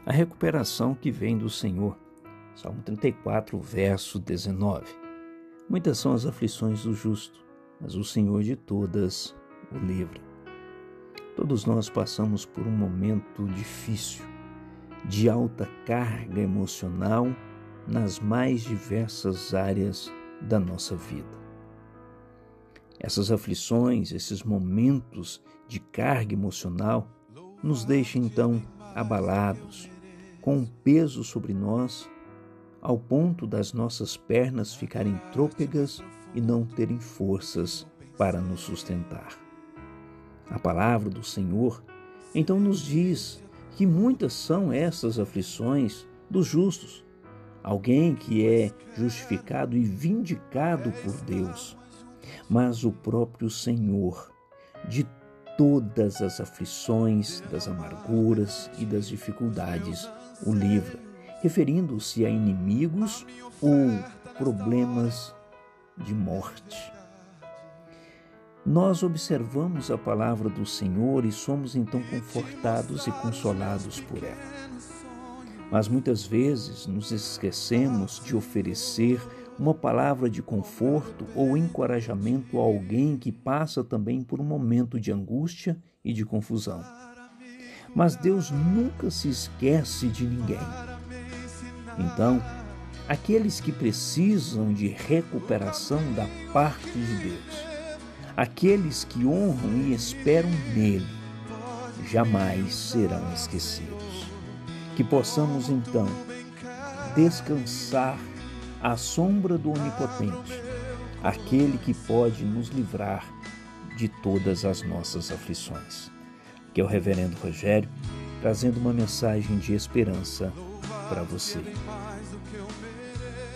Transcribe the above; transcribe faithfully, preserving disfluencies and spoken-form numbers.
A recuperação que vem do Senhor. Salmo trinta e quatro, verso dezenove. Muitas são as aflições do justo, mas o Senhor de todas o livra. Todos nós passamos por um momento difícil, de alta carga emocional nas mais diversas áreas da nossa vida. Essas aflições, esses momentos de carga emocional, nos deixam então abalados, com um peso sobre nós, ao ponto das nossas pernas ficarem trôpegas e não terem forças para nos sustentar. A palavra do Senhor então nos diz que muitas são essas aflições dos justos, alguém que é justificado e vindicado por Deus, mas o próprio Senhor, de todas as aflições, das amarguras e das dificuldades, o livra, referindo-se a inimigos ou problemas de morte. Nós observamos a palavra do Senhor e somos então confortados e consolados por ela. Mas muitas vezes nos esquecemos de oferecer uma palavra de conforto ou encorajamento a alguém que passa também por um momento de angústia e de confusão. Mas Deus nunca se esquece de ninguém. Então, aqueles que precisam de recuperação da parte de Deus, aqueles que honram e esperam nele, jamais serão esquecidos. Que possamos então descansar à sombra do Onipotente, aquele que pode nos livrar de todas as nossas aflições. Que é o Reverendo Rogério, trazendo uma mensagem de esperança para você.